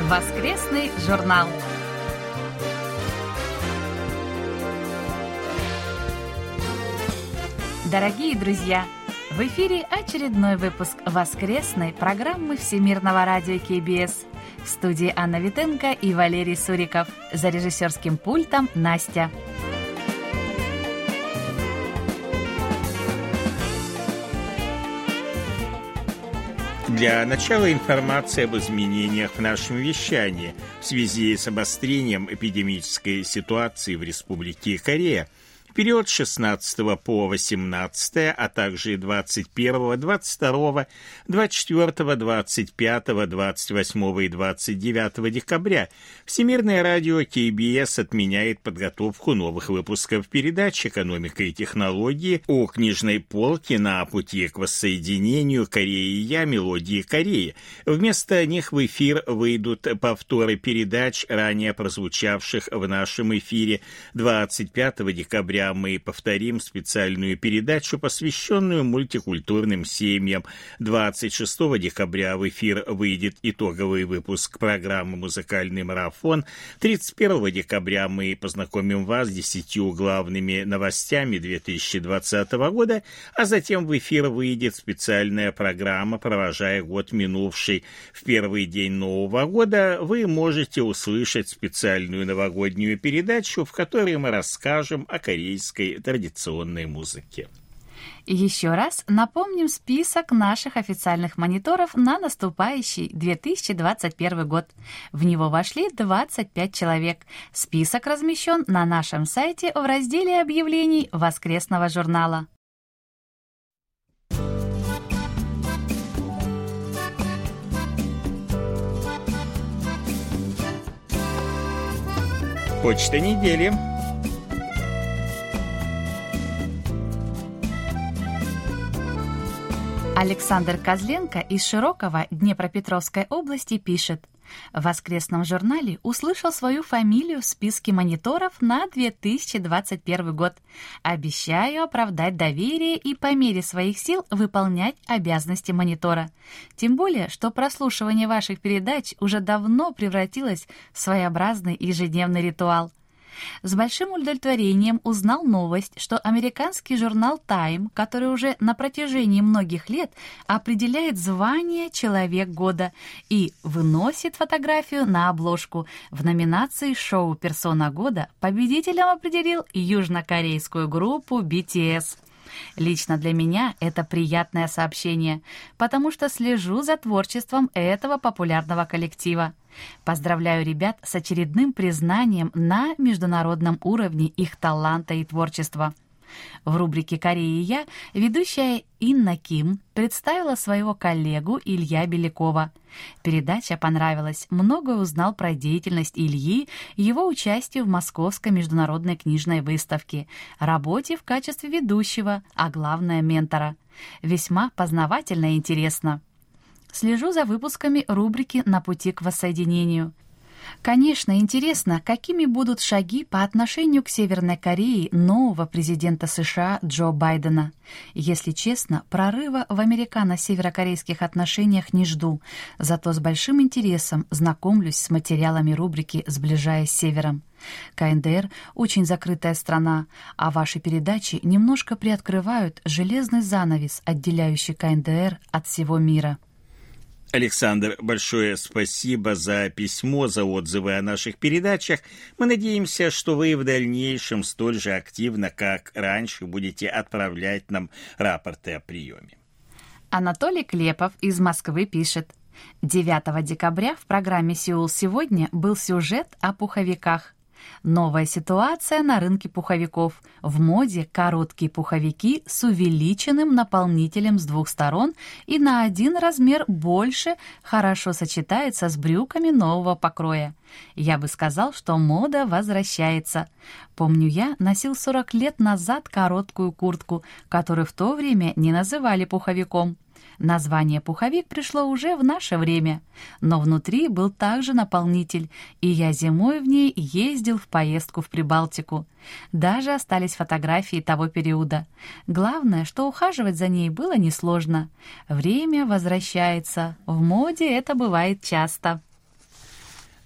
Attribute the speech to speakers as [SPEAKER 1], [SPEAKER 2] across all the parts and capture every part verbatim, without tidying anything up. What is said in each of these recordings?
[SPEAKER 1] Воскресный журнал. Дорогие друзья, в эфире очередной выпуск воскресной программы Всемирного радио кей би эс. В студии Анна Витенко и Валерий Суриков. За режиссерским пультом Настя.
[SPEAKER 2] Для начала информация об изменениях в нашем вещании в связи с обострением эпидемической ситуации в Республике Корея. В период с шестнадцатого по восемнадцатое, а также двадцать первого, двадцать второго, двадцать четвёртого, двадцать пятого, двадцать восьмого и двадцать девятого декабря Всемирное радио кей би эс отменяет подготовку новых выпусков передач «Экономика и технологии» о книжной полке на пути к воссоединению Кореи и я, мелодии Кореи. Вместо них в эфир выйдут повторы передач, ранее прозвучавших в нашем эфире. двадцать пятого декабря мы повторим специальную передачу, посвященную мультикультурным семьям. двадцать шестого декабря в эфир выйдет итоговый выпуск программы «Музыкальный марафон». тридцать первого декабря мы познакомим вас с десятью главными новостями две тысячи двадцатого года, а затем в эфир выйдет специальная программа «Провожая год минувший». В первый день Нового года вы можете услышать специальную новогоднюю передачу, в которой мы расскажем о корейской традиционной музыке.
[SPEAKER 1] Еще раз напомним список наших официальных мониторов на наступающий две тысячи двадцать первый год. В него вошли двадцать пять человек. Список размещен на нашем сайте в разделе объявлений воскресного журнала.
[SPEAKER 2] Почта недели.
[SPEAKER 1] Александр Козленко из Широкова Днепропетровской области пишет: в воскресном журнале услышал свою фамилию в списке мониторов на две тысячи двадцать первый год. Обещаю оправдать доверие и по мере своих сил выполнять обязанности монитора. Тем более, что прослушивание ваших передач уже давно превратилось в своеобразный ежедневный ритуал. С большим удовлетворением узнал новость, что американский журнал Time, который уже на протяжении многих лет определяет звание «Человек года» и выносит фотографию на обложку. В номинации «Шоу Персона года» победителем определил южнокорейскую группу би ти эс. Лично для меня это приятное сообщение, потому что слежу за творчеством этого популярного коллектива. Поздравляю ребят с очередным признанием на международном уровне их таланта и творчества. В рубрике «Корея и я» ведущая Инна Ким представила своего коллегу Илья Белякова. Передача понравилась, многое узнал про деятельность Ильи, его участие в Московской международной книжной выставке, работе в качестве ведущего, а главное — ментора. Весьма познавательно и интересно. Слежу за выпусками рубрики «На пути к воссоединению». Конечно, интересно, какими будут шаги по отношению к Северной Корее нового президента США Джо Байдена. Если честно, прорыва в американо-северокорейских отношениях не жду, зато с большим интересом знакомлюсь с материалами рубрики «Сближаясь с Севером». ка эн дэ эр – очень закрытая страна, а ваши передачи немножко приоткрывают железный занавес, отделяющий ка эн дэ эр от всего мира.
[SPEAKER 2] Александр, большое спасибо за письмо, за отзывы о наших передачах. Мы надеемся, что вы в дальнейшем столь же активно, как раньше, будете отправлять нам рапорты о приеме.
[SPEAKER 1] Анатолий Клепов из Москвы пишет: девятого декабря в программе «Сеул сегодня» был сюжет о пуховиках. Новая ситуация на рынке пуховиков. В моде короткие пуховики с увеличенным наполнителем с двух сторон и на один размер больше хорошо сочетается с брюками нового покроя. Я бы сказал, что мода возвращается. Помню, я носил сорок лет назад короткую куртку, которую в то время не называли пуховиком. Название «пуховик» пришло уже в наше время, но внутри был также наполнитель, и я зимой в ней ездил в поездку в Прибалтику. Даже остались фотографии того периода. Главное, что ухаживать за ней было несложно. Время возвращается. В моде это бывает часто.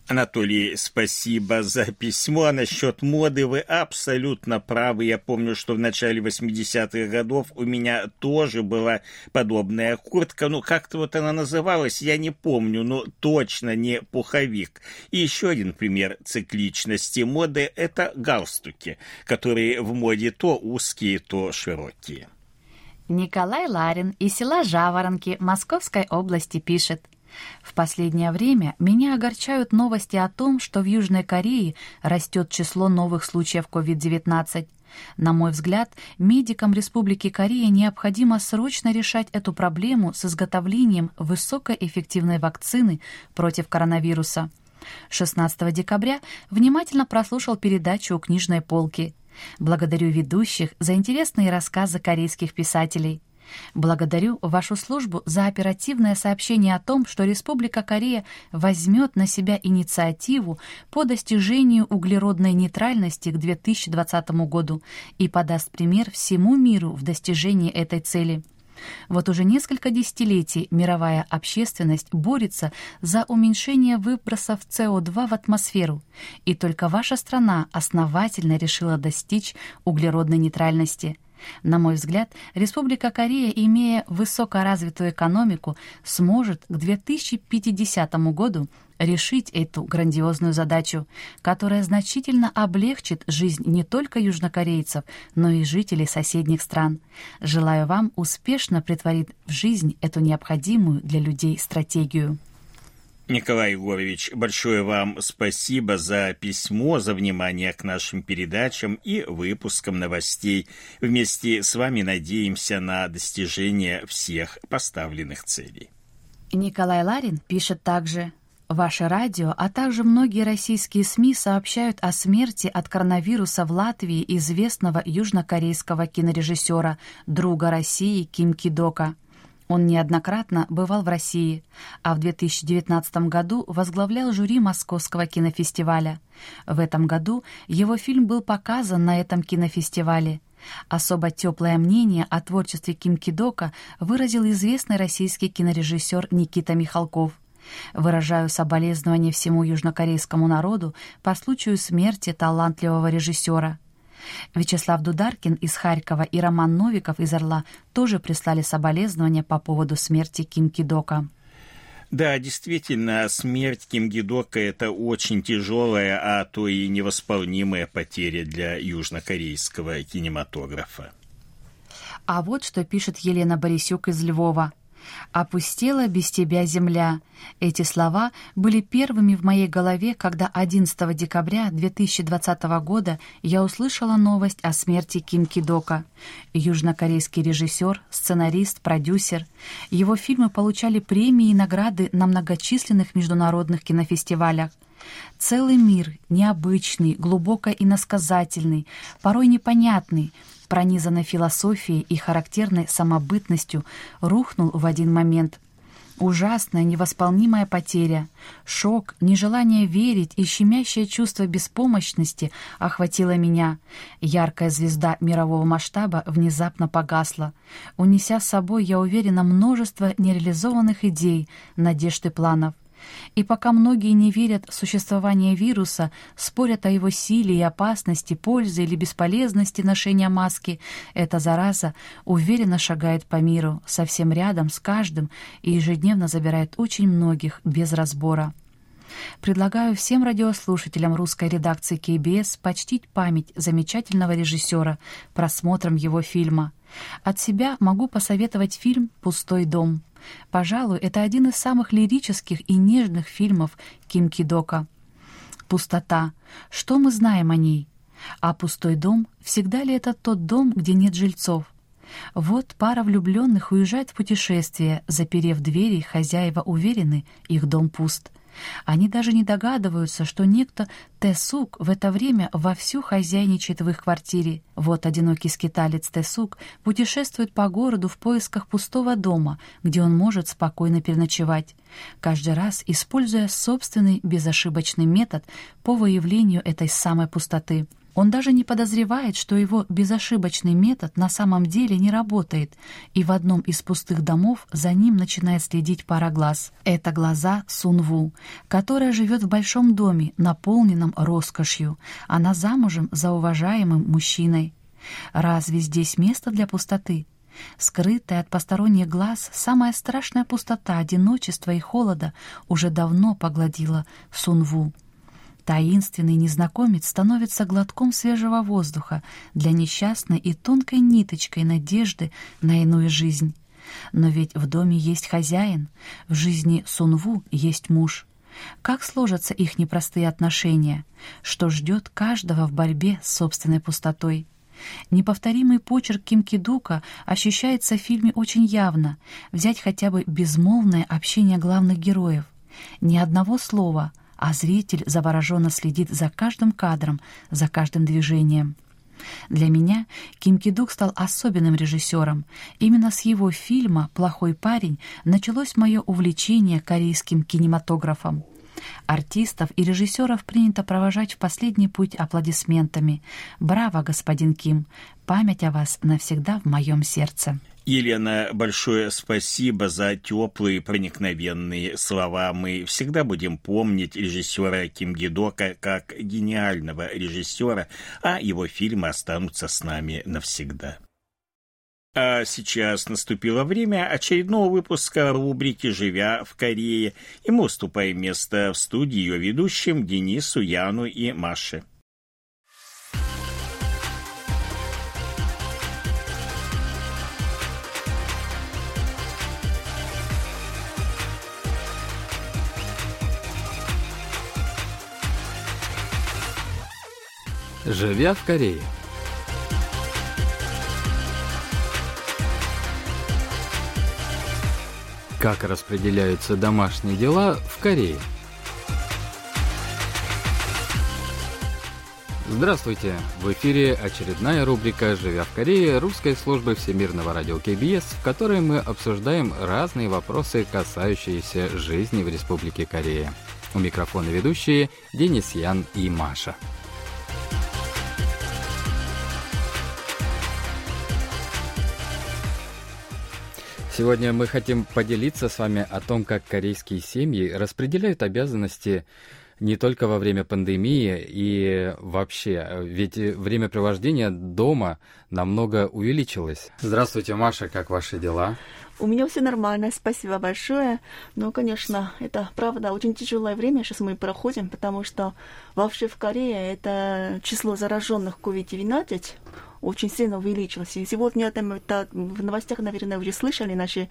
[SPEAKER 2] Анатолий, спасибо за письмо. А насчет моды вы абсолютно правы. Я помню, что в начале восьмидесятых годов у меня тоже была подобная куртка. Ну, как-то вот она называлась, я не помню, но точно не пуховик. И еще один пример цикличности моды – это галстуки, которые в моде то узкие, то широкие.
[SPEAKER 1] Николай Ларин из села Жаворонки Московской области пишет: «В последнее время меня огорчают новости о том, что в Южной Корее растет число новых случаев ковид девятнадцать. На мой взгляд, медикам Республики Корея необходимо срочно решать эту проблему с изготовлением высокоэффективной вакцины против коронавируса». шестнадцатого декабря внимательно прослушал передачу у книжной полки. Благодарю ведущих за интересные рассказы корейских писателей. Благодарю вашу службу за оперативное сообщение о том, что Республика Корея возьмет на себя инициативу по достижению углеродной нейтральности к две тысячи двадцатому году и подаст пример всему миру в достижении этой цели. Вот уже несколько десятилетий мировая общественность борется за уменьшение выбросов С О два в атмосферу, и только ваша страна основательно решила достичь углеродной нейтральности. На мой взгляд, Республика Корея, имея высокоразвитую экономику, сможет к две тысячи пятидесятому году решить эту грандиозную задачу, которая значительно облегчит жизнь не только южнокорейцев, но и жителей соседних стран. Желаю вам успешно претворить в жизнь эту необходимую для людей стратегию.
[SPEAKER 2] Николай Егорович, большое вам спасибо за письмо, за внимание к нашим передачам и выпускам новостей. Вместе с вами надеемся на достижение всех поставленных целей.
[SPEAKER 1] Николай Ларин пишет также: «Ваше радио, а также многие российские СМИ сообщают о смерти от коронавируса в Латвии известного южнокорейского кинорежиссера, друга России Ким Ки-дока. Он неоднократно бывал в России, а в две тысячи девятнадцатом году возглавлял жюри Московского кинофестиваля. В этом году его фильм был показан на этом кинофестивале. Особо теплое мнение о творчестве Ким Ки-дока выразил известный российский кинорежиссер Никита Михалков. Выражаю соболезнования всему южнокорейскому народу по случаю смерти талантливого режиссера». Вячеслав Дударкин из Харькова и Роман Новиков из Орла тоже прислали соболезнования по поводу смерти Ким Ки-дока.
[SPEAKER 2] Да, действительно, смерть Ким Ки-дока – это очень тяжелая, а то и невосполнимая потеря для южнокорейского кинематографа.
[SPEAKER 1] А вот что пишет Елена Борисюк из Львова. «Опустела без тебя земля». Эти слова были первыми в моей голове, когда одиннадцатого декабря две тысячи двадцатого года я услышала новость о смерти Ким Ки-дока. Южнокорейский режиссер, сценарист, продюсер. Его фильмы получали премии и награды на многочисленных международных кинофестивалях. Целый мир, необычный, глубоко иносказательный, порой непонятный, пронизанной философией и характерной самобытностью, рухнул в один момент. Ужасная, невосполнимая потеря, шок, нежелание верить и щемящее чувство беспомощности охватило меня. Яркая звезда мирового масштаба внезапно погасла, унеся с собой, я уверена, множество нереализованных идей, надежд и планов. И пока многие не верят в существование вируса, спорят о его силе и опасности, пользе или бесполезности ношения маски, эта зараза уверенно шагает по миру, совсем рядом с каждым и ежедневно забирает очень многих без разбора. Предлагаю всем радиослушателям русской редакции Кей Би Эс почтить память замечательного режиссера просмотром его фильма. От себя могу посоветовать фильм «Пустой дом». Пожалуй, это один из самых лирических и нежных фильмов Ким Ки-дока. Пустота. Что мы знаем о ней? А пустой дом, всегда ли это тот дом, где нет жильцов? Вот пара влюбленных уезжает в путешествие, заперев двери, хозяева уверены, их дом пуст. Они даже не догадываются, что некто Тэ-сук в это время вовсю хозяйничает в их квартире. Вот одинокий скиталец Тэ-сук путешествует по городу в поисках пустого дома, где он может спокойно переночевать, каждый раз используя собственный безошибочный метод по выявлению этой самой пустоты. Он даже не подозревает, что его безошибочный метод на самом деле не работает, и в одном из пустых домов за ним начинает следить пара глаз. Это глаза Сунву, которая живет в большом доме, наполненном роскошью. Она замужем за уважаемым мужчиной. Разве здесь место для пустоты? Скрытая от посторонних глаз, самая страшная пустота одиночества и холода уже давно погладила Сунву. Таинственный незнакомец становится глотком свежего воздуха для несчастной и тонкой ниточкой надежды на иную жизнь. Но ведь в доме есть хозяин, в жизни Сунву есть муж. Как сложатся их непростые отношения? Что ждет каждого в борьбе с собственной пустотой? Неповторимый почерк Ким Ки-дука ощущается в фильме очень явно. Взять хотя бы безмолвное общение главных героев. Ни одного слова, а зритель завороженно следит за каждым кадром, за каждым движением. Для меня Ким Ки-дук стал особенным режиссером. Именно с его фильма «Плохой парень» началось мое увлечение корейским кинематографом. Артистов и режиссеров принято провожать в последний путь аплодисментами. «Браво, господин Ким! Память о вас навсегда в моем сердце».
[SPEAKER 2] Елена, большое спасибо за теплые, проникновенные слова. Мы всегда будем помнить режиссера Ким Ки-дука как гениального режиссера, а его фильмы останутся с нами навсегда. А сейчас наступило время очередного выпуска рубрики «Живя в Корее», и мы уступаем место в студии ее ведущим Денису, Яну и Маше.
[SPEAKER 3] Живя в Корее. Как распределяются домашние дела в Корее? Здравствуйте! В эфире очередная рубрика «Живя в Корее» русской службы Всемирного радио кей би эс, в которой мы обсуждаем разные вопросы, касающиеся жизни в Республике Корея. У микрофона ведущие Денис, Ян и Маша. Сегодня мы хотим поделиться с вами о том, как корейские семьи распределяют обязанности не только во время пандемии и вообще, ведь времяпровождение дома намного увеличилось. Здравствуйте, Маша, как ваши дела?
[SPEAKER 4] У меня все нормально, спасибо большое. Но, конечно, это правда очень тяжелое время сейчас мы проходим, потому что вообще в Корее это число зараженных ковид девятнадцать очень сильно увеличилось. И сегодня это, в новостях, наверное, уже слышали наши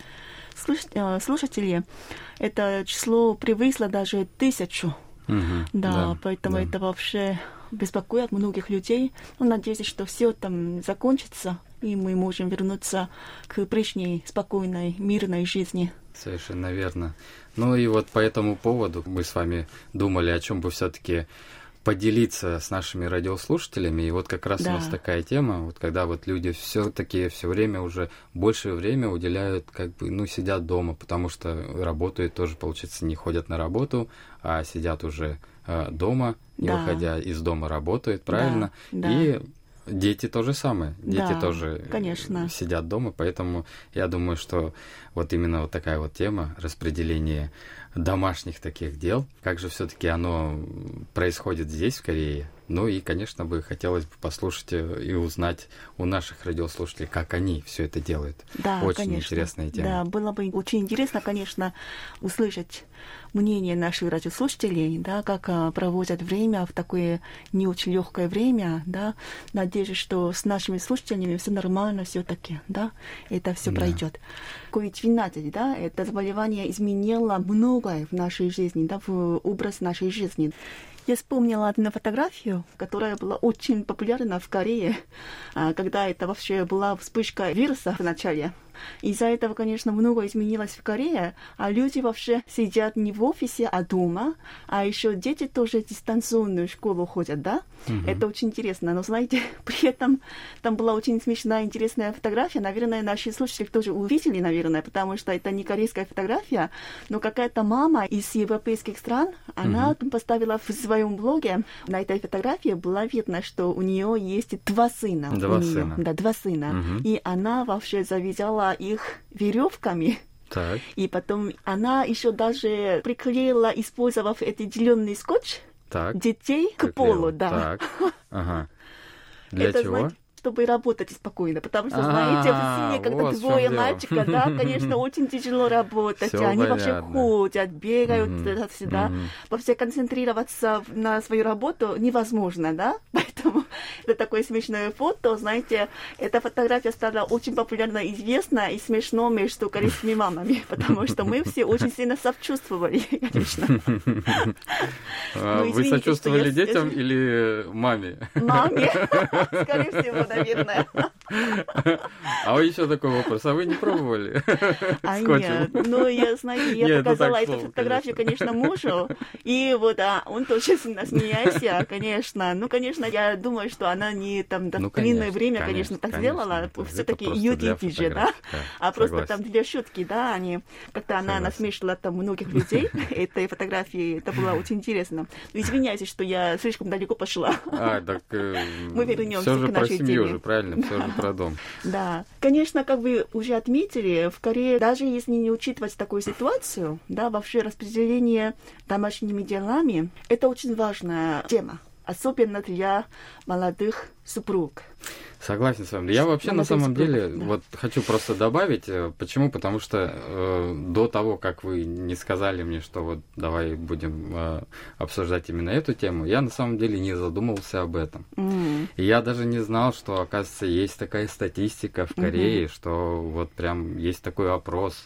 [SPEAKER 4] слушатели, это число превысило даже тысячу. Угу, да, да, поэтому да. Это вообще беспокоит многих людей. Ну, надеюсь, что все там закончится, и мы можем вернуться к прежней спокойной, мирной жизни.
[SPEAKER 3] Совершенно верно. Ну и вот по этому поводу мы с вами думали, о чем бы все-таки поделиться с нашими радиослушателями. И вот как раз да. у нас такая тема, вот когда вот люди все-таки все время уже большее время уделяют, как бы, ну, сидят дома, потому что работают тоже, получается, не ходят на работу, а сидят уже э, дома, не да. выходя из дома, работают, правильно?
[SPEAKER 4] Да.
[SPEAKER 3] И дети то же самое. Дети
[SPEAKER 4] да,
[SPEAKER 3] тоже
[SPEAKER 4] конечно.
[SPEAKER 3] Сидят дома, поэтому я думаю, что вот именно вот такая вот тема распределения домашних таких дел, как же все-таки оно происходит здесь, в Корее. Ну и, конечно, бы хотелось бы послушать и узнать у наших радиослушателей, как они все это делают.
[SPEAKER 4] Да,
[SPEAKER 3] очень
[SPEAKER 4] конечно.
[SPEAKER 3] Интересная тема.
[SPEAKER 4] Да, было бы очень интересно, конечно, услышать мнение наших радиослушателей, да, как а, проводят время в такое не очень легкое время, да. Надеюсь, что с нашими слушателями все нормально все-таки, да, это все да. пройдет. ковид девятнадцать, да, это заболевание изменило многое в нашей жизни, да, в образ нашей жизни. Я вспомнила одну фотографию, которая была очень популярна в Корее, когда это вообще была вспышка вируса в начале. из-за этого, конечно, много изменилось в Корее, а люди вообще сидят не в офисе, а дома, а еще дети тоже в дистанционную школу ходят, да? Mm-hmm. Это очень интересно. Но, знаете, при этом там была очень смешная, интересная фотография. Наверное, наши слушатели тоже увидели, наверное, потому что это не корейская фотография, но какая-то мама из европейских стран, она mm-hmm. поставила в своем блоге, на этой фотографии было видно, что у нее есть два сына.
[SPEAKER 3] Два сына.
[SPEAKER 4] Да, два сына. Mm-hmm. И она вообще завязала их веревками.
[SPEAKER 3] Так.
[SPEAKER 4] И потом она еще даже приклеила, использовав этот зеленый скотч,
[SPEAKER 3] так.
[SPEAKER 4] детей
[SPEAKER 3] приклеила.
[SPEAKER 4] К полу, да.
[SPEAKER 3] Так. Ага. Для
[SPEAKER 4] это,
[SPEAKER 3] чего?
[SPEAKER 4] Знаете, чтобы работать спокойно, потому что, знаете, в семье, когда
[SPEAKER 3] вот
[SPEAKER 4] двое мальчика, да, конечно, очень тяжело работать,
[SPEAKER 3] Всё
[SPEAKER 4] они
[SPEAKER 3] понятно.
[SPEAKER 4] вообще ходят, бегают
[SPEAKER 3] Mm-hmm.
[SPEAKER 4] туда-сюда,
[SPEAKER 3] Mm-hmm.
[SPEAKER 4] вообще концентрироваться на свою работу невозможно, да, поэтому это такое смешное фото, знаете, эта фотография стала очень популярна, известна и смешно между корейскими мамами, потому что мы все очень сильно сочувствовали, конечно.
[SPEAKER 3] Вы сочувствовали детям или маме?
[SPEAKER 4] Маме, скорее всего, наверное.
[SPEAKER 3] А вы еще такой вопрос, а вы не пробовали?
[SPEAKER 4] А нет, ну, я, знаете, я
[SPEAKER 3] нет,
[SPEAKER 4] показала
[SPEAKER 3] так,
[SPEAKER 4] эту
[SPEAKER 3] слово,
[SPEAKER 4] фотографию, конечно. конечно, мужу, и вот, а, он тоже смеялся, конечно. Ну, конечно, я думаю, что она не там
[SPEAKER 3] ну,
[SPEAKER 4] длинное время,
[SPEAKER 3] конечно,
[SPEAKER 4] конечно, так
[SPEAKER 3] конечно,
[SPEAKER 4] сделала,
[SPEAKER 3] это,
[SPEAKER 4] все-таки
[SPEAKER 3] это
[SPEAKER 4] ее дети же, да,
[SPEAKER 3] да,
[SPEAKER 4] а
[SPEAKER 3] согласен.
[SPEAKER 4] просто там для шутки, да, они, как-то она
[SPEAKER 3] Согласен.
[SPEAKER 4] насмешила там многих людей этой фотографии, это было очень интересно. Извиняюсь, что я слишком далеко пошла.
[SPEAKER 3] А, так э,
[SPEAKER 4] мы вернемся
[SPEAKER 3] все же
[SPEAKER 4] к
[SPEAKER 3] про
[SPEAKER 4] нашей
[SPEAKER 3] семью
[SPEAKER 4] теме.
[SPEAKER 3] же, правильно, все
[SPEAKER 4] да.
[SPEAKER 3] же про дом.
[SPEAKER 4] Да, конечно, как вы уже отметили, в Корее, даже если не учитывать такую ситуацию, да, вообще распределение домашними делами, это очень важная тема, особенно для молодых супруг.
[SPEAKER 3] Согласен с вами. Я вообще на самом деле да. вот хочу просто добавить, почему? Потому что э, до того, как вы не сказали мне, что вот давай будем э, обсуждать именно эту тему, я на самом деле не задумывался об этом. Mm. И я даже не знал, что, оказывается, есть такая статистика в Корее, mm-hmm. что вот прям есть такой опрос,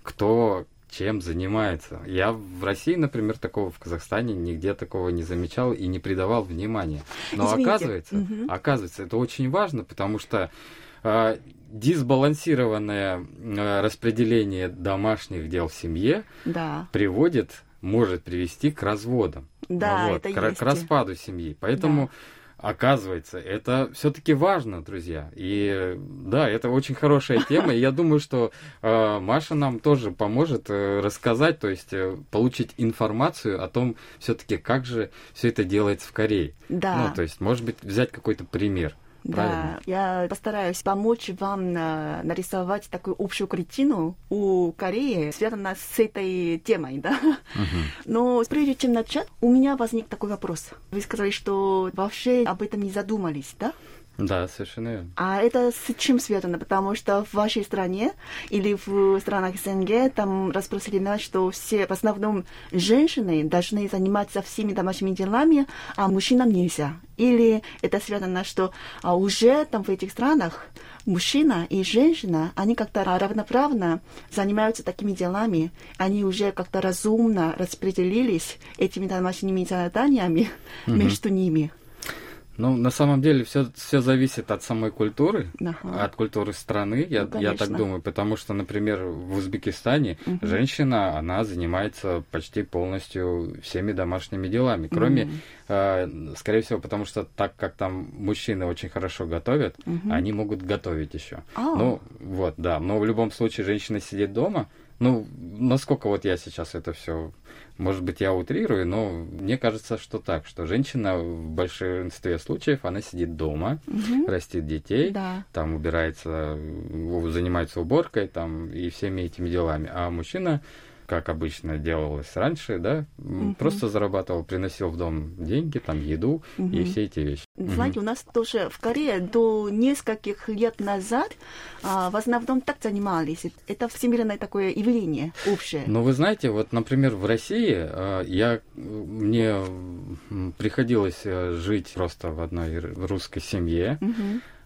[SPEAKER 3] кто чем занимается. Я в России, например, такого в Казахстане нигде такого не замечал и не придавал внимания. Но
[SPEAKER 4] Извините.
[SPEAKER 3] оказывается, угу. оказывается, это очень важно, потому что э, дисбалансированное э, распределение домашних дел в семье да. приводит, может привести к разводам.
[SPEAKER 4] Да,
[SPEAKER 3] вот,
[SPEAKER 4] это
[SPEAKER 3] к,
[SPEAKER 4] есть.
[SPEAKER 3] к распаду семьи. Поэтому да. Оказывается, это все-таки важно, друзья. И да, это очень хорошая тема. И я думаю, что э, Маша нам тоже поможет э, рассказать, то есть э, получить информацию о том, все-таки как же все это делается в Корее.
[SPEAKER 4] Да.
[SPEAKER 3] Ну, то есть, может быть, взять какой-то пример. Правильно?
[SPEAKER 4] Да, я постараюсь помочь вам на, нарисовать такую общую картину у Кореи, связанную с этой темой, да. Uh-huh. Но прежде чем начать, у меня возник такой вопрос. Вы сказали, что вообще об этом не задумались, да?
[SPEAKER 3] Да, совершенно верно.
[SPEAKER 4] А это с чем связано? Потому что в вашей стране или в странах СНГ там распространено, что все, в основном, женщины должны заниматься всеми домашними делами, а мужчинам нельзя. Или это связано, что а, уже там в этих странах мужчина и женщина, они как-то равноправно занимаются такими делами, они уже как-то разумно распределились этими домашними заданиями uh-huh. между ними.
[SPEAKER 3] Ну, на самом деле, все, все зависит от самой культуры,
[SPEAKER 4] ага.
[SPEAKER 3] от культуры страны, я,
[SPEAKER 4] ну,
[SPEAKER 3] я так думаю, потому что, например, в Узбекистане угу. женщина, она занимается почти полностью всеми домашними делами, кроме, угу. э, скорее всего, потому что так как там мужчины очень хорошо готовят, угу. они могут готовить еще.
[SPEAKER 4] А.
[SPEAKER 3] Ну, вот, да, но в любом случае женщина сидит дома. Ну, насколько вот я сейчас это все, может быть, я утрирую, но мне кажется, что так, что женщина в большинстве случаев, она сидит дома, угу. растит детей,
[SPEAKER 4] да.
[SPEAKER 3] там убирается, занимается уборкой там и всеми этими делами, а мужчина, как обычно делалось раньше, да, угу. просто зарабатывал, приносил в дом деньги, там, еду угу. и все эти вещи.
[SPEAKER 4] Знаете,
[SPEAKER 3] угу.
[SPEAKER 4] у нас тоже в Корее до нескольких лет назад а, в основном так занимались. Это всемирное такое явление общее.
[SPEAKER 3] Ну, вы знаете, вот, например, в России а, я, мне приходилось жить просто в одной русской семье. Угу.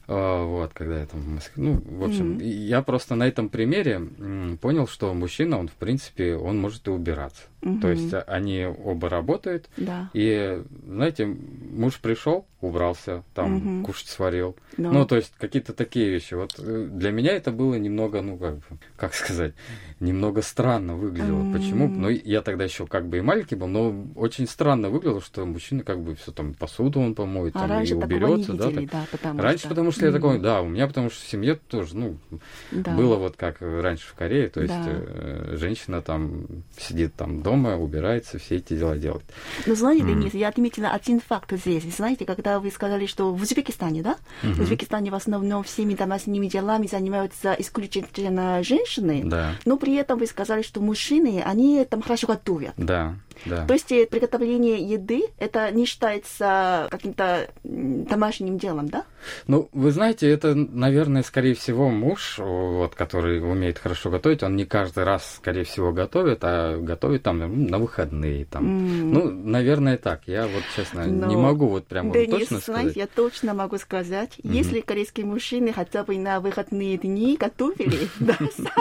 [SPEAKER 3] Вот, когда я там в Москве... Ну, в общем, mm-hmm. я просто на этом примере понял, что мужчина, он, в принципе, он может и убираться. Mm-hmm. То есть они оба работают,
[SPEAKER 4] да.
[SPEAKER 3] и, знаете, муж пришел, убрался, там, mm-hmm. кушать сварил.
[SPEAKER 4] No.
[SPEAKER 3] Ну, то есть какие-то такие вещи. Вот для меня это было немного, ну, как, как сказать, немного странно выглядело. Mm-hmm. Почему? Ну, я тогда еще как бы и маленький был, но очень странно выглядело, что мужчина как бы все там, посуду он помоет,
[SPEAKER 4] а
[SPEAKER 3] там, и уберется. Да, так...
[SPEAKER 4] да, потому
[SPEAKER 3] раньше,
[SPEAKER 4] что...
[SPEAKER 3] потому что mm-hmm. я такой, да, у меня потому что в семье тоже, ну,
[SPEAKER 4] да.
[SPEAKER 3] было вот как раньше в Корее, то есть
[SPEAKER 4] да.
[SPEAKER 3] э, женщина там сидит там дома, убирается, все эти дела делает.
[SPEAKER 4] Ну, знаете, Денис, mm. я отметила один факт здесь. Знаете, когда вы сказали, что в Узбекистане, да? Mm-hmm. В Узбекистане в основном всеми домашними делами занимаются исключительно женщины,
[SPEAKER 3] да.
[SPEAKER 4] но при этом вы сказали, что мужчины, они там хорошо готовят.
[SPEAKER 3] Да. Да.
[SPEAKER 4] То есть приготовление еды, это не считается каким-то домашним делом, да?
[SPEAKER 3] Ну, вы знаете, это, наверное, скорее всего, муж, вот, который умеет хорошо готовить, он не каждый раз, скорее всего, готовит, а готовит там на выходные. Там. Mm. Ну, наверное, так. Я вот, честно, Но, не могу вот прямо
[SPEAKER 4] Денис,
[SPEAKER 3] точно
[SPEAKER 4] знаете,
[SPEAKER 3] сказать.
[SPEAKER 4] Я точно могу сказать, mm-hmm. если корейские мужчины хотя бы на выходные дни готовили, да,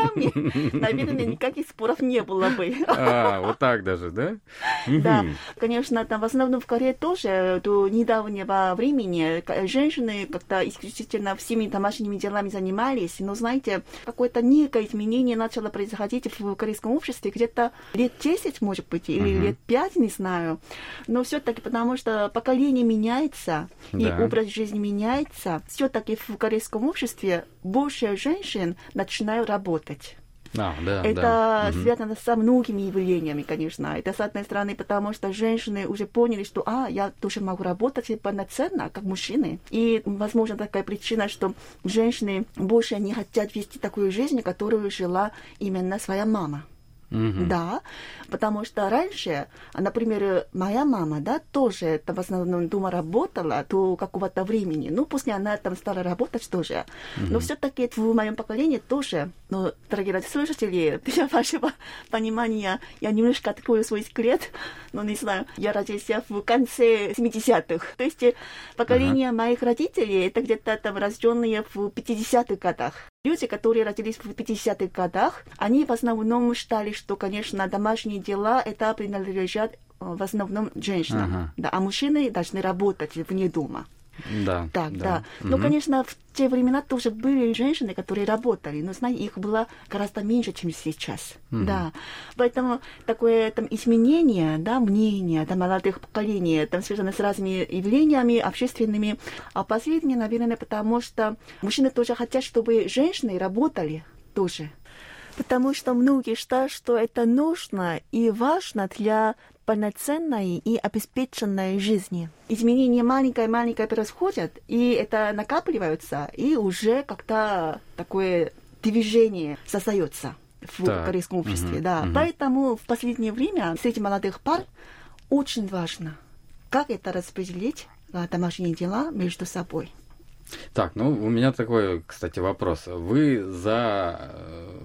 [SPEAKER 4] сами, наверное, никаких споров не было бы.
[SPEAKER 3] А, вот так даже, да?
[SPEAKER 4] Да, конечно, там в основном в Корее тоже до недавнего времени женщины как-то исключительно всеми домашними делами занимались, но, знаете, какое-то некое изменение начало происходить в корейском обществе где-то лет десять, может быть, или uh-huh. лет пять, не знаю, но все-таки потому что поколение меняется, да. и образ жизни меняется, все-таки в корейском обществе больше женщин начинают работать.
[SPEAKER 3] А, да,
[SPEAKER 4] это
[SPEAKER 3] да.
[SPEAKER 4] связано со многими явлениями, конечно. Это, с одной стороны, потому что женщины уже поняли, что а, я тоже могу работать полноценно, как мужчины. И, возможно, такая причина, что женщины больше не хотят вести такую жизнь, которую жила именно своя мама. Mm-hmm. Да, потому что раньше, например, моя мама, да, тоже там в основном дома работала до какого-то времени. Ну, после она там стала работать тоже. Mm-hmm. Но все-таки в моем поколении тоже, ну, дорогие радиослушатели, для вашего понимания, я немножко открою свой секрет, но не знаю, я родился в конце семидесятых. То есть поколение uh-huh. моих родителей, это где-то там рожденные в пятидесятых годах. Люди, которые родились в пятидесятых годах, они в основном считали, что, конечно, домашние дела это принадлежат в основном женщинам, ага. да, а мужчины должны работать вне дома.
[SPEAKER 3] Да,
[SPEAKER 4] так,
[SPEAKER 3] да.
[SPEAKER 4] да.
[SPEAKER 3] Угу.
[SPEAKER 4] Но, конечно, в те времена тоже были женщины, которые работали, но, знаете, их было гораздо меньше, чем сейчас. Угу. Да. Поэтому такое там изменение, да, мнения там, молодых поколений, там связано с разными явлениями общественными. А последнее, наверное, потому что мужчины тоже хотят, чтобы женщины работали тоже. Потому что многие считают, что это нужно и важно для полноценной и обеспеченной жизни. Изменения маленькое-маленькое происходят, и это накапливается, и уже как-то такое движение создается в так. корейском обществе. Угу, да. угу. Поэтому в последнее время среди молодых пар очень важно, как это распределить домашние дела между собой.
[SPEAKER 3] Так, ну у меня такой, кстати, вопрос. Вы за,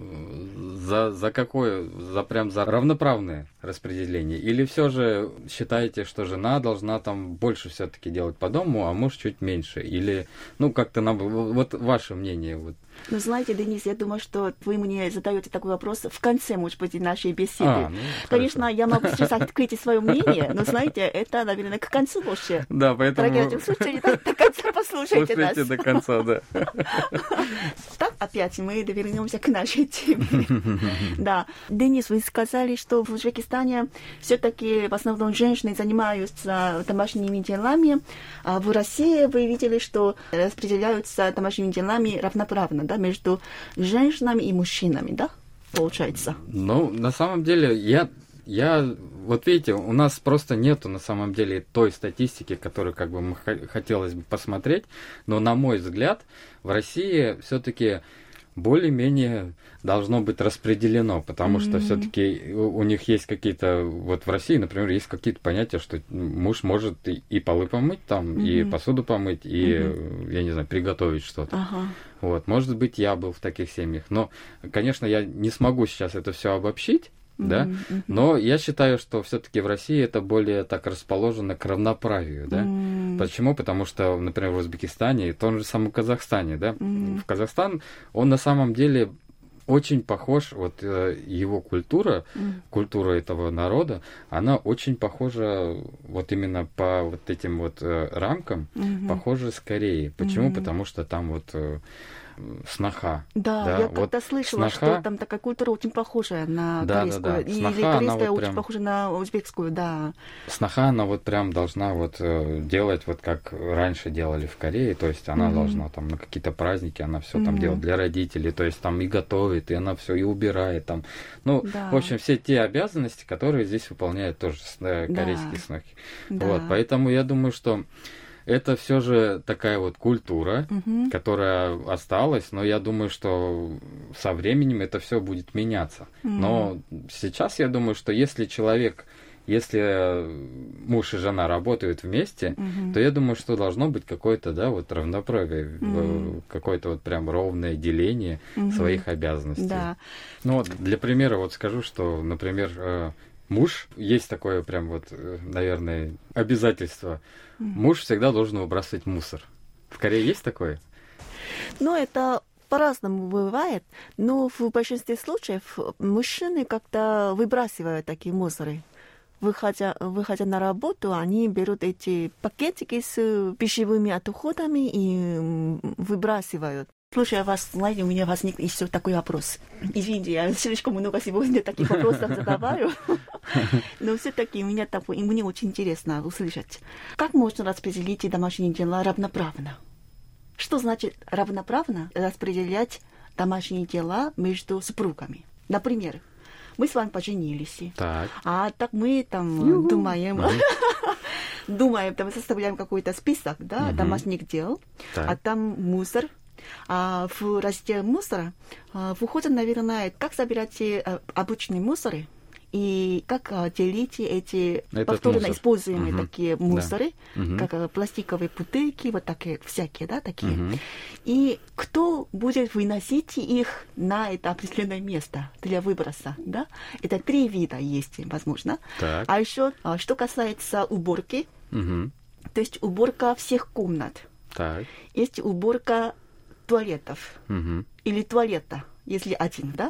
[SPEAKER 3] за, за какое, за прям за равноправное распределение? Или все же считаете, что жена должна там больше все-таки делать по дому, а муж чуть меньше? Или, ну, как-то нам, вот ваше мнение, вот.
[SPEAKER 4] Ну, знаете, Денис, я думаю, что вы мне задаете такой вопрос в конце, может быть, нашей беседы. А, ну, Конечно, хорошо. Я могу сейчас открыть свое мнение, но, знаете, это, наверное, к концу лучше.
[SPEAKER 3] Да, поэтому...
[SPEAKER 4] Дорогие радиослушатели, до конца послушайте нас.
[SPEAKER 3] Слушайте до конца, да.
[SPEAKER 4] Так, опять мы вернемся к нашей теме. Да. Денис, вы сказали, что в Узбекистане все-таки в основном женщины занимаются домашними делами, а в России вы видели, что распределяются домашними делами равноправно, да, между женщинами и мужчинами, да, получается?
[SPEAKER 3] Ну, на самом деле, я, я, вот видите, у нас просто нету на самом деле той статистики, которую как бы мы хотелось бы посмотреть, но на мой взгляд, в России все-таки более-менее должно быть распределено, потому mm-hmm. что все-таки у, у них есть какие-то, вот в России, например, есть какие-то понятия, что муж может и, и полы помыть, там, mm-hmm. и посуду помыть, и, mm-hmm. я не знаю, приготовить что-то. Uh-huh. Вот, может быть, я был в таких семьях, но, конечно, я не смогу сейчас это все обобщить, да? Mm-hmm. Но я считаю, что все-таки в России это более так расположено к равноправию, да? Mm-hmm. Почему? Потому что, например, в Узбекистане и в том же самом Казахстане, да? Mm-hmm. В Казахстан, он на самом деле очень похож, вот его культура, mm. культура этого народа, она очень похожа вот именно по вот этим вот рамкам, mm-hmm. похожа с Кореей. Почему? Mm-hmm. Потому что там вот сноха.
[SPEAKER 4] Да, да, я вот как-то слышала, сноха... что там такая культура очень похожая на да, корейскую. Да, да. Сноха, или корейская вот очень прям... похожа на узбекскую, да.
[SPEAKER 3] Сноха, она вот прям должна вот делать вот как раньше делали в Корее, то есть она mm-hmm. должна там на какие-то праздники, она все mm-hmm. там делает для родителей, то есть там и готовит, и она все и убирает там. Ну, да. в общем, все те обязанности, которые здесь выполняют тоже корейские да. снохи. Да. Вот, поэтому я думаю, что это все же такая вот культура, угу. которая осталась, но я думаю, что со временем это все будет меняться. Угу. Но сейчас я думаю, что если человек, если муж и жена работают вместе, угу. то я думаю, что должно быть какое-то, да, вот равноправие, угу. какое-то вот прям ровное деление угу. своих обязанностей.
[SPEAKER 4] Да.
[SPEAKER 3] Ну вот для примера вот скажу, что, например, муж, есть такое прям вот, наверное, обязательство. Муж всегда должен выбрасывать мусор. В Корее есть такое?
[SPEAKER 4] Ну, это по-разному бывает, но в большинстве случаев мужчины как-то выбрасывают такие мусоры. Выходя, выходя на работу, они берут эти пакетики с пищевыми отходами и выбрасывают. Слушая вас, знаете, у меня возник еще такой вопрос. Извините, я слишком много сегодня таких вопросов задаваю. Но все-таки у меня такой, и мне очень интересно услышать. Как можно распределить домашние дела равноправно? Что значит равноправно распределять домашние дела между супругами? Например, мы с вами поженились. Так. А так мы там Ю-ху. думаем... Думаем, там составляем какой-то список, да, домашних дел, а там мусор. А в раздел мусора а, выходит, наверное, как собирать а, обычные мусоры и как а, делить эти этот повторно мусор. Используемые угу. такие мусоры, да. угу. как а, пластиковые бутылки, вот такие всякие, да, такие. Угу. И кто будет выносить их на это определенное место для выброса, да? Это три вида есть, возможно. Так. А еще, а, что касается уборки, угу. то есть уборка всех комнат. Так. Есть уборка туалетов угу. или туалета, если один, да?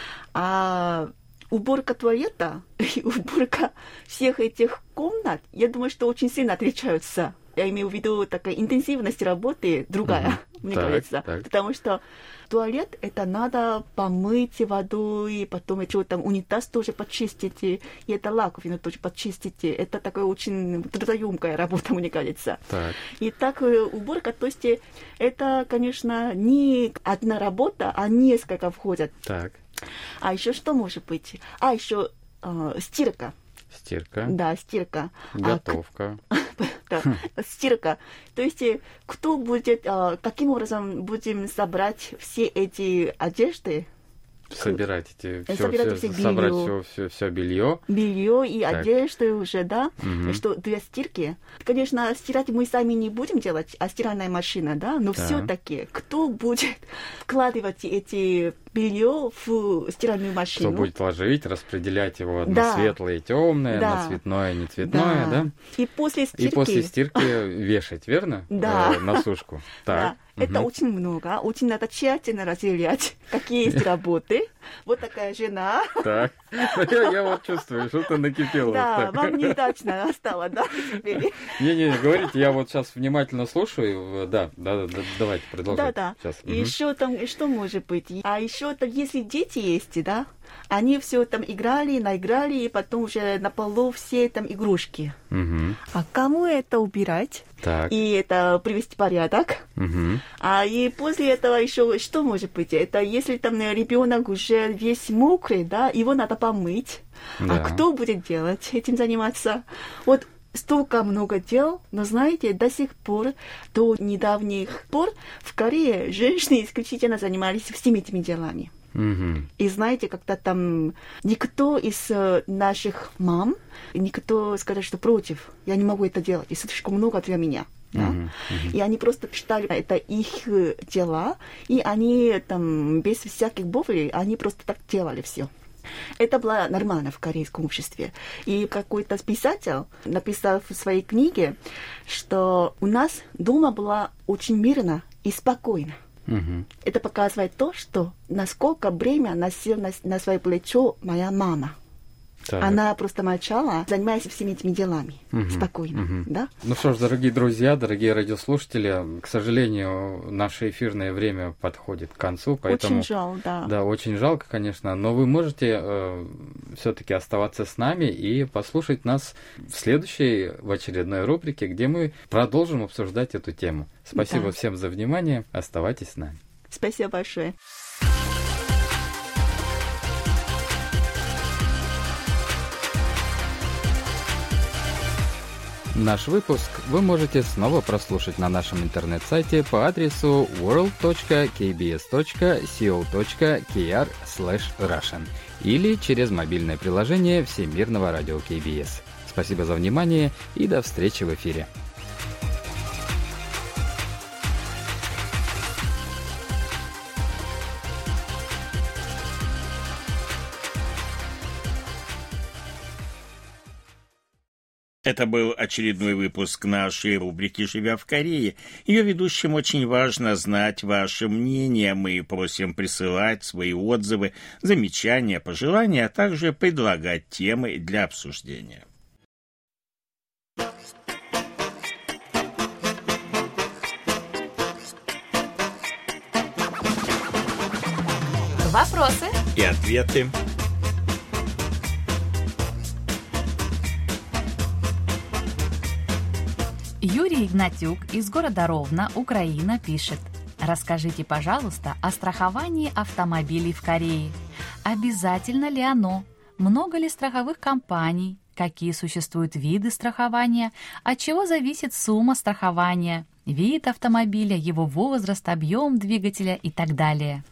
[SPEAKER 4] А уборка туалета и уборка всех этих комнат, я думаю, что очень сильно отличаются. Я имею в виду такая интенсивность работы другая, угу. мне так, кажется. Так. Потому что туалет это надо помыть водой, потом еще там унитаз тоже почистить, и это раковину тоже почистить. Это такая очень трудоемкая работа, мне кажется. Так. И так уборка, то есть это, конечно, не одна работа, а несколько входят. Так. А еще что может быть? А еще э, стирка.
[SPEAKER 3] Стирка.
[SPEAKER 4] Да, стирка.
[SPEAKER 3] Готовка.
[SPEAKER 4] А, да, стирка. То есть кто будет, каким образом будем собрать все эти одежды?
[SPEAKER 3] Собирать эти все, собирать все, все собрать все, все, все белье.
[SPEAKER 4] Белье и так. Одежду уже, да, угу. что для стирки. Конечно, стирать мы сами не будем делать, а стиральная машина, да, но да. все-таки кто будет вкладывать эти белье в стиральную машину?
[SPEAKER 3] Кто будет ложить, распределять его да. на светлое и темное, да. на цветное и не цветное, да. да?
[SPEAKER 4] И после стирки.
[SPEAKER 3] И после стирки вешать, верно?
[SPEAKER 4] Да.
[SPEAKER 3] На сушку. Так.
[SPEAKER 4] Это
[SPEAKER 3] угу.
[SPEAKER 4] очень много, очень надо тщательно разделять, какие есть работы. Вот такая жена.
[SPEAKER 3] Так, я, я вот чувствую, что-то накипело.
[SPEAKER 4] Да, вам неудачно стало, да, теперь?
[SPEAKER 3] Не-не, говорите, я вот сейчас внимательно слушаю. Да, да, да, давайте продолжайте.
[SPEAKER 4] Да, да. Угу. Еще там, что может быть? А еще там, если дети есть, да, они все там играли, наиграли, и потом уже на полу все там игрушки. Угу. А кому это убирать? Так. И это привести в порядок. Угу. А и после этого еще что может быть? Это если там ребенок уже весь мокрый, да, его надо помыть. Да. А кто будет делать, этим заниматься? Вот столько много дел, но знаете, до сих пор, до недавних пор в Корее женщины исключительно занимались всеми этими делами. Mm-hmm. И знаете, когда там никто из наших мам, никто сказал, что против, я не могу это делать, и слишком много для меня. Да? Mm-hmm. Mm-hmm. И они просто считали, это их дела, и они там без всяких бовлей, они просто так делали все. Это было нормально в корейском обществе. И какой-то писатель написал в своей книге, что у нас дома было очень мирно и спокойно. Угу. Это показывает то, что насколько бремя носила на, на свое плечо моя мама. Так. Она просто молчала, занимаясь всеми этими делами. Угу, спокойно. Угу. Да?
[SPEAKER 3] Ну что ж, дорогие друзья, дорогие радиослушатели, к сожалению, наше эфирное время подходит к концу, поэтому...
[SPEAKER 4] Очень жалко, да.
[SPEAKER 3] Да, очень жалко, конечно, но вы можете э, все-таки оставаться с нами и послушать нас в следующей, в очередной рубрике, где мы продолжим обсуждать эту тему. Спасибо да. всем за внимание, оставайтесь с нами.
[SPEAKER 4] Спасибо большое.
[SPEAKER 3] Наш выпуск вы можете снова прослушать на нашем интернет-сайте по адресу world точка кей би эс точка ко точка кей ар слэш russian или через мобильное приложение Всемирного радио кей би эс. Спасибо за внимание и до встречи в эфире.
[SPEAKER 2] Это был очередной выпуск нашей рубрики «Живя в Корее». Ее ведущим очень важно знать ваше мнение. Мы просим присылать свои отзывы, замечания, пожелания, а также предлагать темы для обсуждения.
[SPEAKER 1] Вопросы
[SPEAKER 2] и ответы.
[SPEAKER 1] Юрий Игнатюк из города Ровно, Украина, пишет: расскажите, пожалуйста, о страховании автомобилей в Корее. Обязательно ли оно? Много ли страховых компаний? Какие существуют виды страхования? От чего зависит сумма страхования? Вид автомобиля, его возраст, объем двигателя и так далее.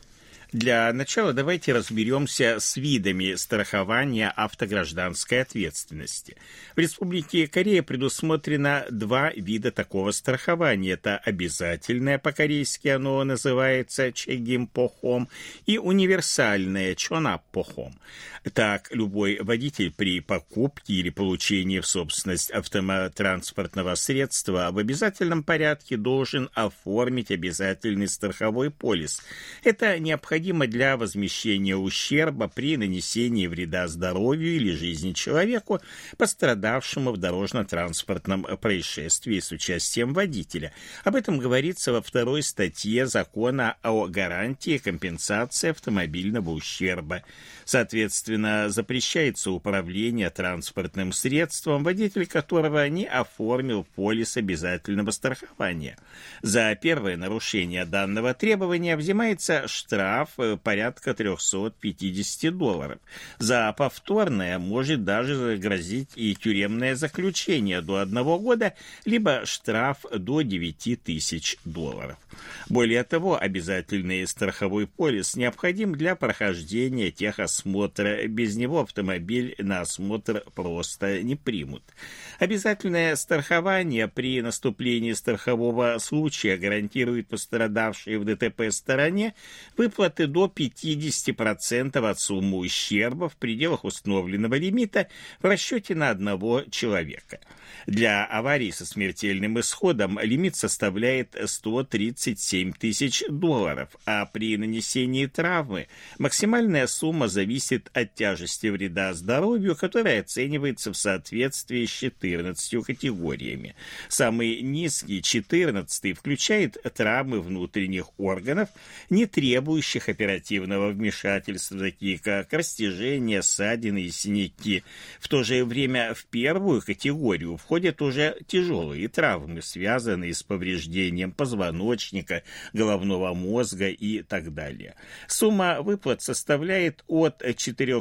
[SPEAKER 2] Для начала давайте разберемся с видами страхования автогражданской ответственности. В Республике Корея предусмотрено два вида такого страхования. Это обязательное, по-корейски оно называется чегимпохом, и универсальное чонаппохом. Так, любой водитель при покупке или получении в собственность автотранспортного средства в обязательном порядке должен оформить обязательный страховой полис. Это необходимо для возмещения ущерба при нанесении вреда здоровью или жизни человеку, пострадавшему в дорожно-транспортном происшествии с участием водителя. Об этом говорится во второй статье Закона о гарантии компенсации автомобильного ущерба. Соответственно, запрещается управление транспортным средством, водитель которого не оформил полис обязательного страхования. За первое нарушение данного требования взимается штраф порядка триста пятьдесят долларов. За повторное может даже грозить и тюремное заключение до одного года, либо штраф до девяти тысяч долларов. Более того, обязательный страховой полис необходим для прохождения техосмотра. Без него автомобиль на осмотр просто не примут. Обязательное страхование при наступлении страхового случая гарантирует пострадавшей в ДТП стороне выплаты до пятьдесят процентов от суммы ущерба в пределах установленного лимита в расчете на одного человека. Для аварий со смертельным исходом лимит составляет сто тридцать семь тысяч долларов, а при нанесении травмы максимальная сумма зависит от тяжести вреда здоровью, которая оценивается в соответствии с четырнадцатью категориями. Самый низкий, четырнадцатый, включает травмы внутренних органов, не требующих оперативного вмешательства, такие как растяжения, ссадины и синяки. В то же время в первую категорию входят уже тяжелые травмы, связанные с повреждением позвоночника, головного мозга и так далее. Сумма выплат составляет от четыреста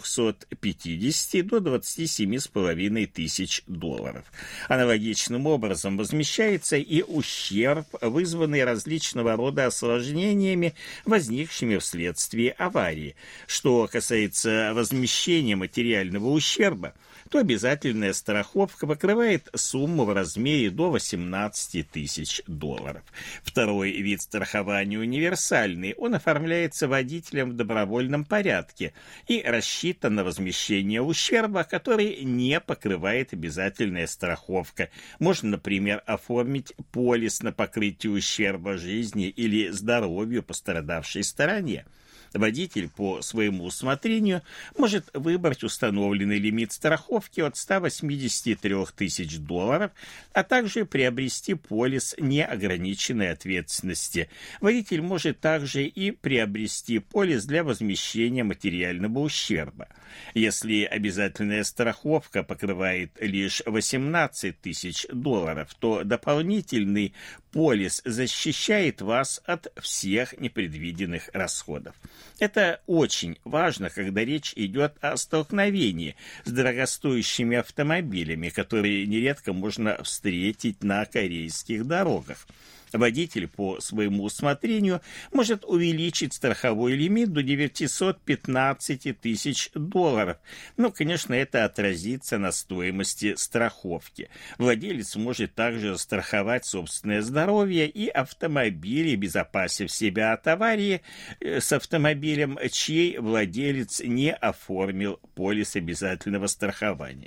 [SPEAKER 2] трехсот пятидесяти до двадцати семи с половиной тысяч долларов. Аналогичным образом возмещается и ущерб, вызванный различного рода осложнениями, возникшими вследствие аварии. Что касается возмещения материального ущерба, то обязательная страховка покрывает сумму в размере до восемнадцати тысяч долларов. Второй вид страхования универсальный. Он оформляется водителем в добровольном порядке и рассчитан на возмещение ущерба, который не покрывает обязательная страховка. Можно, например, оформить полис на покрытие ущерба жизни или здоровью пострадавшей стороне. Водитель по своему усмотрению может выбрать установленный лимит страховки от ста восьмидесяти трёх тысяч долларов, а также приобрести полис неограниченной ответственности. Водитель может также и приобрести полис для возмещения материального ущерба. Если обязательная страховка покрывает лишь восемнадцать тысяч долларов, то дополнительный полис защищает вас от всех непредвиденных расходов. Это очень важно, когда речь идет о столкновении с дорогостоящими автомобилями, которые нередко можно встретить на корейских дорогах. Водитель по своему усмотрению может увеличить страховой лимит до девятисот пятнадцати тысяч долларов. Ну, конечно, это отразится на стоимости страховки. Владелец может также страховать собственное здоровье и автомобиль, обезопасив себя от аварии с автомобилем, чей владелец не оформил полис обязательного страхования.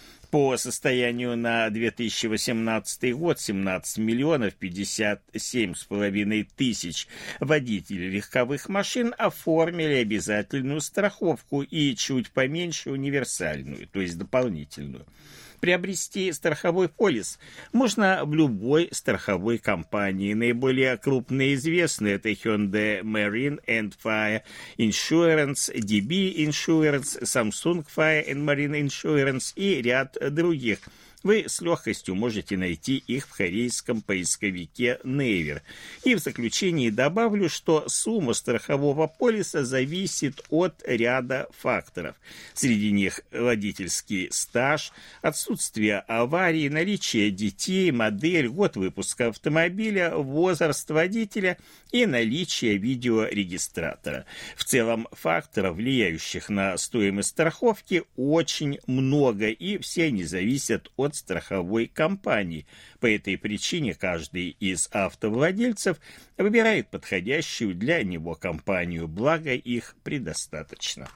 [SPEAKER 2] По состоянию на две тысячи восемнадцатый год семнадцать миллионов пятьдесят семь с половиной тысяч водителей легковых машин оформили обязательную страховку и чуть поменьше универсальную, то есть дополнительную. Приобрести страховой полис можно в любой страховой компании. Наиболее крупные известные это Hyundai Marine and Fire Insurance, ди би Insurance, Samsung Fire and Marine Insurance и ряд других. Вы с легкостью можете найти их в корейском поисковике Naver. И в заключении добавлю, что сумма страхового полиса зависит от ряда факторов. Среди них водительский стаж, отсутствие аварий, наличие детей, модель, год выпуска автомобиля, возраст водителя и наличие видеорегистратора. В целом факторов, влияющих на стоимость страховки, очень много, и все они зависят от страховой компании. По этой причине каждый из автовладельцев выбирает подходящую для него компанию, благо их предостаточно.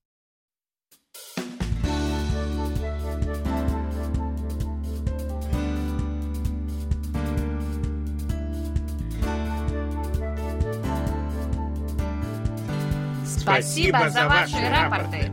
[SPEAKER 1] Спасибо за ваши рапорты.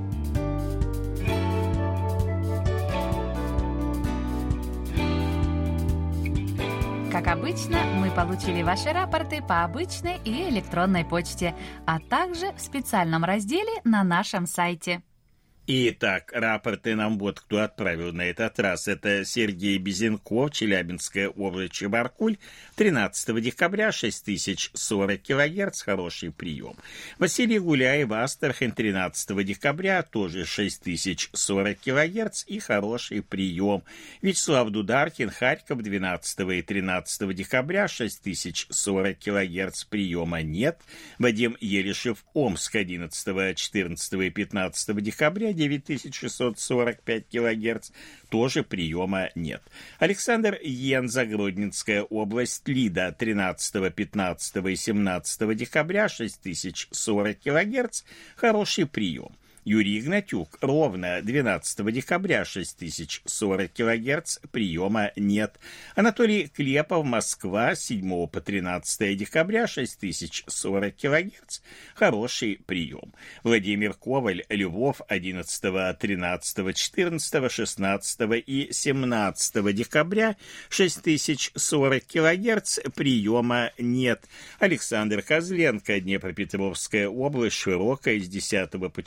[SPEAKER 1] Как обычно, мы получили ваши рапорты по обычной и электронной почте, а также в специальном разделе на нашем сайте.
[SPEAKER 2] Итак, рапорты нам вот кто отправил на этот раз. Это Сергей Безенков, Челябинская область, Чебаркуль, тринадцатого декабря, шесть тысяч сорок килогерц, хороший прием. Василий Гуляев, Астрахань, тринадцатого декабря, тоже шесть тысяч сорок килогерц и хороший прием. Вячеслав Дударкин, Харьков, двенадцатого и тринадцатого декабря, шесть тысяч сорок килогерц, приема нет. Вадим Елишев, Омск, одиннадцатого, четырнадцатого и пятнадцатого декабря, девять тысяч шестьсот сорок пять килогерц, тоже приема нет. Александр Йенза, Гродненская область, Лида, тринадцатого, пятнадцатого и семнадцатого декабря, шесть тысяч сорок килогерц, хороший прием. Юрий Игнатюк, Ровно, двенадцатого декабря, шесть тысяч сорок килогерц, приема нет. Анатолий Клепов, Москва, седьмого по тринадцатого декабря, шесть тысяч сорок килогерц, хороший прием. Владимир Коваль, Львов, одиннадцатого, тринадцатого, четырнадцатого, шестнадцатого и семнадцатого декабря, шесть тысяч сорок килогерц, приема нет. Александр Козленко, Днепропетровская область, Широкая, с десятого по четырнадцатого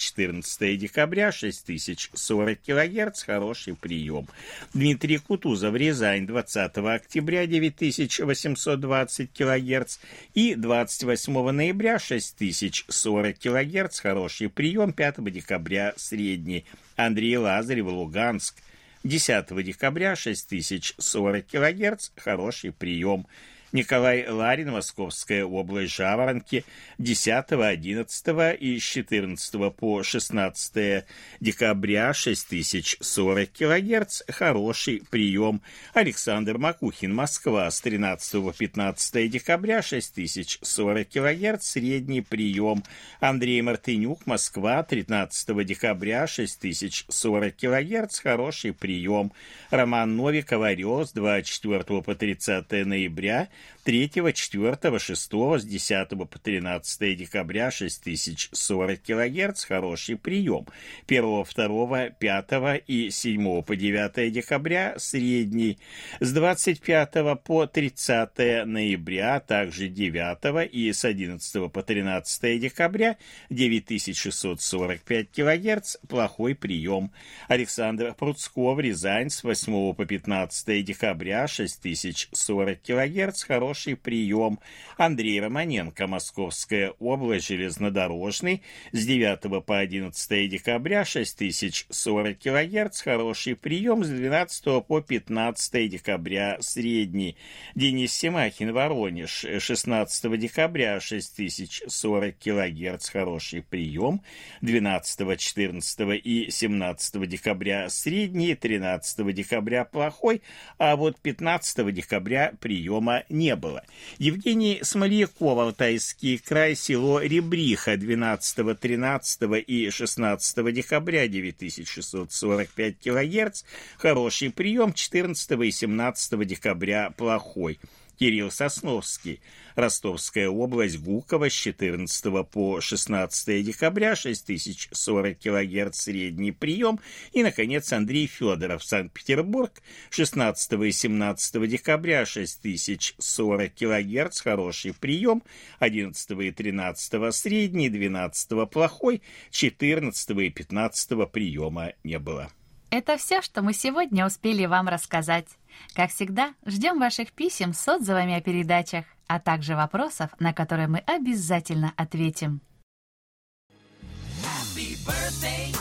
[SPEAKER 2] четырнадцатое декабря шесть тысяч сорок килогерц, хороший прием. Дмитрий Кутузов, Рязань, двадцатого октября девять тысяч восемьсот двадцать килогерц и двадцать восьмого ноября шесть тысяч сорок килогерц, хороший прием. пятого декабря средний. Андрей Лазарев, Луганск, десятого декабря шесть тысяч сорок килогерц, хороший прием. Николай Ларин, Московская область, Жаворонки, десятого, одиннадцатого и с четырнадцатого по шестнадцатое декабря шесть тысяч сорок килогерц, хороший прием. Александр Макухин, Москва, с тринадцатого по пятнадцатое декабря шесть тысяч сорок килогерц, средний прием. Андрей Мартынюк, Москва, тринадцатого декабря шесть тысяч сорок килогерц, хороший прием. Роман Новиков, Орел, с двадцать четвёртого по тридцатое ноября, третьего, четвёртого, шестого, с десятого по тринадцатое декабря шесть тысяч сорок килогерц, хороший прием. первого, второго, пятого и седьмого по девятое декабря средний. С двадцать пятого по тридцатое ноября, также девятого и с одиннадцатого по тринадцатое декабря девять тысяч шестьсот сорок пять килогерц, плохой прием. Александр Пруцков, Рязань, с восьмого по пятнадцатое декабря шесть тысяч сорок килогерц, хороший прием. Андрей Романенко, Московская область, железнодорожный, с девятого по одиннадцатое декабря шесть тысяч сорок килогерц, хороший прием. С двенадцатого по пятнадцатое декабря средний. Денис Семахин, Воронеж, шестнадцатого декабря шесть тысяч сорок килогерц, хороший прием. двенадцатого, четырнадцатого и семнадцатого декабря средний, тринадцатого декабря плохой, а вот пятнадцатого декабря приема не было. Евгений Смольяков, Алтайский край, село Ребриха, двенадцатого, тринадцатого и шестнадцатого декабря девять тысяч шестьсот сорок пять килогерц, хороший прием. четырнадцатого и семнадцатого декабря плохой. Кирилл Сосновский, Ростовская область, Гуково, с четырнадцатого по шестнадцатое декабря шесть тысяч сорок килогерц, средний прием. И, наконец, Андрей Федоров, Санкт-Петербург, шестнадцатого и семнадцатого декабря шесть тысяч сорок килогерц, хороший прием. одиннадцатого и тринадцатого средний, двенадцатого плохой, четырнадцатого и пятнадцатого приема не было.
[SPEAKER 1] Это все, что мы сегодня успели вам рассказать. Как всегда, ждем ваших писем с отзывами о передачах, а также вопросов, на которые мы обязательно ответим. Happy birthday.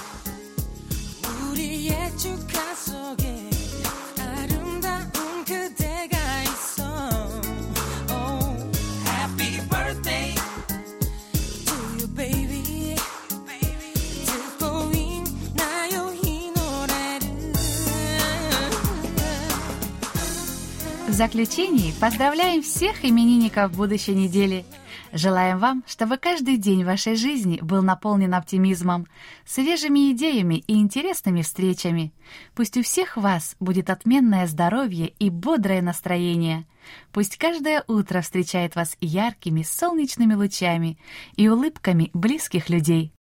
[SPEAKER 1] В заключении поздравляем всех именинников будущей недели. Желаем вам, чтобы каждый день вашей жизни был наполнен оптимизмом, свежими идеями и интересными встречами. Пусть у всех вас будет отменное здоровье и бодрое настроение. Пусть каждое утро встречает вас яркими солнечными лучами и улыбками близких людей.